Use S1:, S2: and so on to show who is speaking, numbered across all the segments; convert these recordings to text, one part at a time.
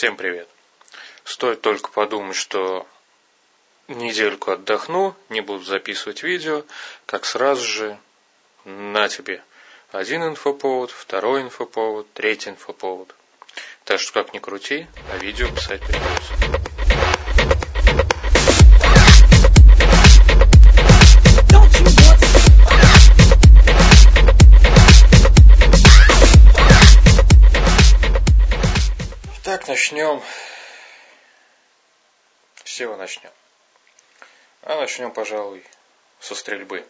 S1: Всем привет. Стоит только подумать, что недельку отдохну, не буду записывать видео, как сразу же на тебе один инфоповод, второй инфоповод, третий инфоповод. Так что как ни крути, а видео писать придется. Итак, начнем. С чего начнем? А начнем, пожалуй, со стрельбы.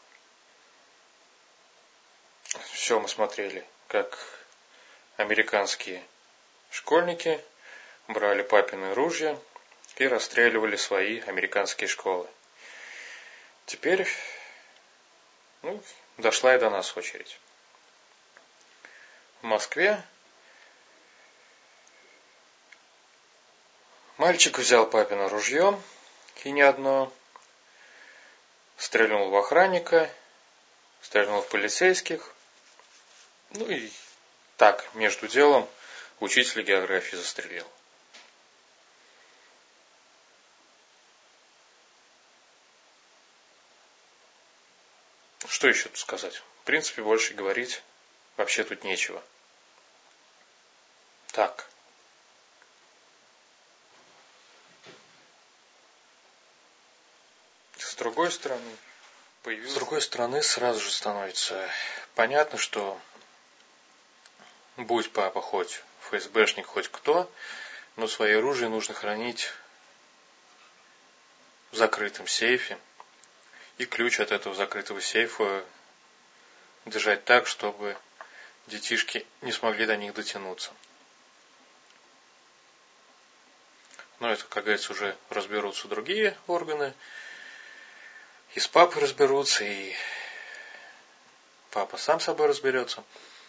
S1: Все мы смотрели, как американские школьники брали папины ружья и расстреливали свои американские школы. Теперь, дошла и до нас очередь. В Москве мальчик взял папино ружье, и не одно, стрельнул в охранника, стрельнул в полицейских, и так, между делом, учителя географии застрелил. Что еще тут сказать? В принципе, больше говорить вообще тут нечего. Так. С другой стороны, сразу же становится понятно, что будь папа хоть ФСБшник, хоть кто, но свое оружие нужно хранить в закрытом сейфе. И ключ от этого закрытого сейфа держать так, чтобы детишки не смогли до них дотянуться. Но это, как говорится, уже разберутся другие органы. И с папой разберутся, и папа сам с собой разберется.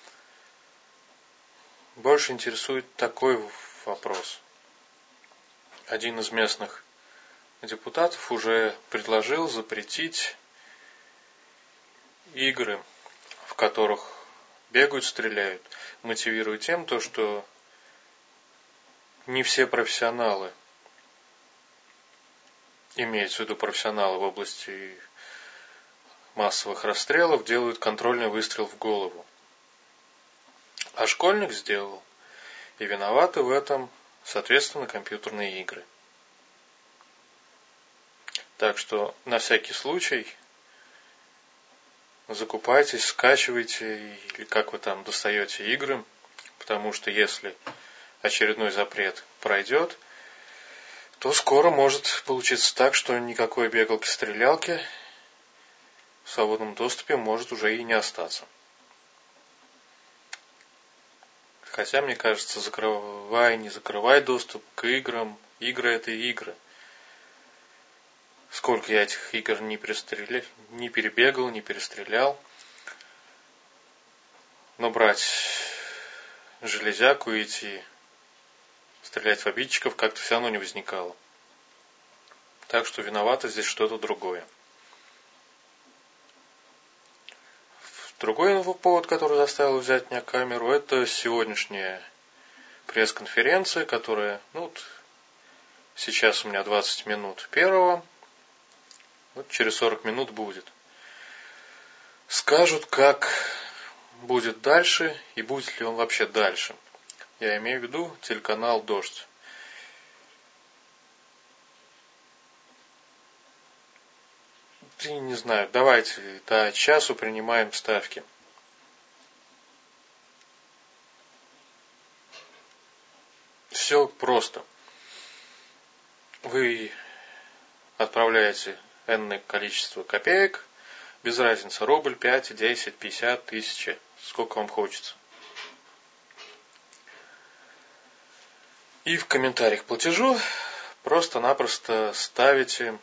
S1: Больше интересует такой вопрос. Один из местных депутатов уже предложил запретить игры, в которых бегают, стреляют, мотивируя тем, что не все профессионалы, имеется в виду профессионалы в области массовых расстрелов, делают контрольный выстрел в голову. А школьник сделал. И виноваты в этом, соответственно, компьютерные игры. Так что, на всякий случай, закупайтесь, скачивайте, или как вы там достаете игры, потому что если очередной запрет пройдет, то скоро может получиться так, что никакой бегалки-стрелялки в свободном доступе может уже и не остаться. Хотя, мне кажется, не закрывай доступ к играм, игры это игры. Сколько я этих игр не перебегал, не перестрелял. Но брать железяку и идти стрелять в обидчиков как-то все равно не возникало. Так что виновато здесь что-то другое. Другой повод, который заставил взять меня камеру, это сегодняшняя пресс-конференция, которая, сейчас у меня 20 минут первого, через 40 минут будет. Скажут, как будет дальше и будет ли он вообще дальше. Я имею в виду телеканал «Дождь». Не знаю, давайте до часу принимаем ставки. Все просто. Вы отправляете энное количество копеек, без разницы, рубль, 5, 10, 50, 1000, сколько вам хочется. И в комментариях к платежу просто-напросто ставите: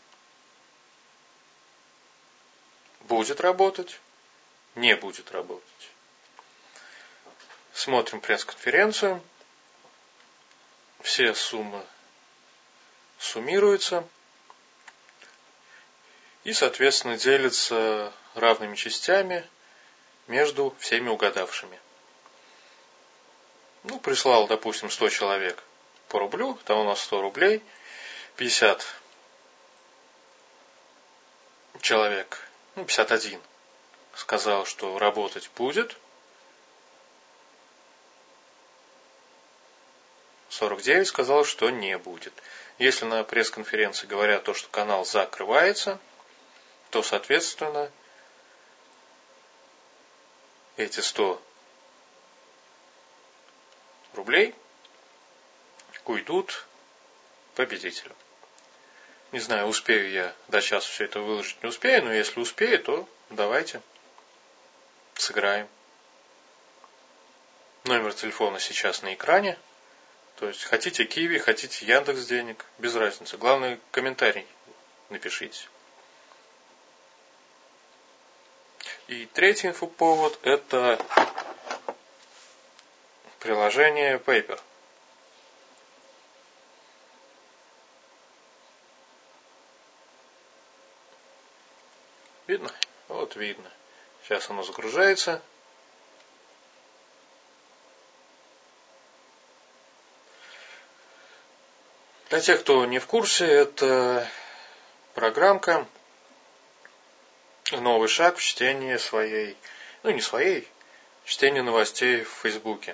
S1: будет работать, не будет работать. Смотрим пресс-конференцию, все суммы суммируются и, соответственно, делятся равными частями между всеми угадавшими. Прислал, допустим, 100 человек по рублю, там у нас 100 рублей, 50 человек, 51 сказал, что работать будет, 49 сказал, что не будет. Если на пресс-конференции говорят то, что канал закрывается, то, соответственно, эти 100 рублей уйдут победителю. Не знаю, успею я до часа все это выложить, не успею, но если успею, то давайте сыграем. Номер телефона сейчас на экране. То есть, хотите Киви, хотите Яндекс.Денег, без разницы. Главное, комментарий напишите. И третий инфоповод – это приложение Paper. Видно? Вот видно. Сейчас оно загружается. Для тех, кто не в курсе, это программка, новый шаг в чтении своей, не своей, чтении новостей в Фейсбуке.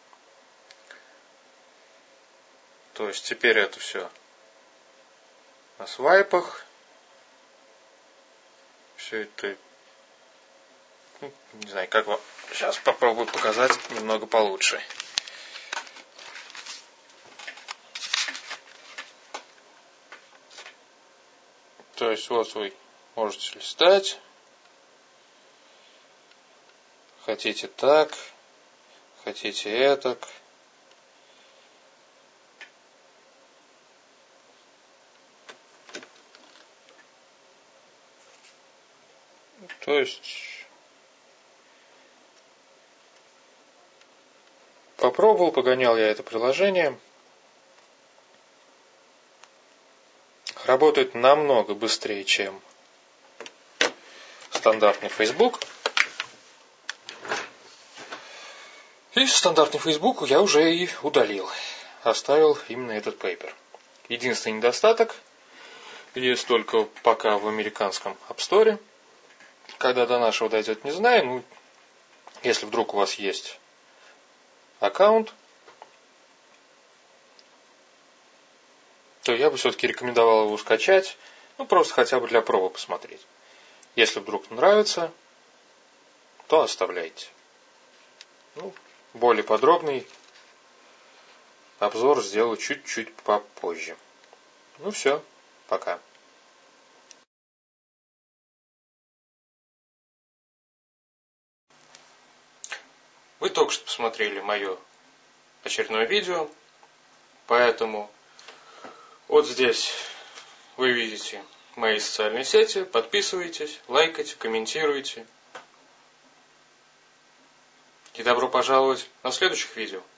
S1: То есть теперь это все на свайпах. Все это, не знаю, как вам. Сейчас попробую показать немного получше. То есть вот вы можете листать. Хотите так, хотите этак. То есть попробовал, погонял я это приложение. Работает намного быстрее, чем стандартный Facebook. И стандартный Facebook я уже и удалил. Оставил именно этот Paper. Единственный недостаток есть только пока в американском App Store. Когда до нашего дойдет, не знаю. Если вдруг у вас есть аккаунт, то я бы все-таки рекомендовал его скачать, просто хотя бы для пробы посмотреть. Если вдруг нравится, то оставляйте. Более подробный обзор сделаю чуть-чуть попозже. Все, пока. Вы только что посмотрели мое очередное видео, поэтому вот здесь вы видите мои социальные сети, подписывайтесь, лайкайте, комментируйте. И добро пожаловать на следующих видео.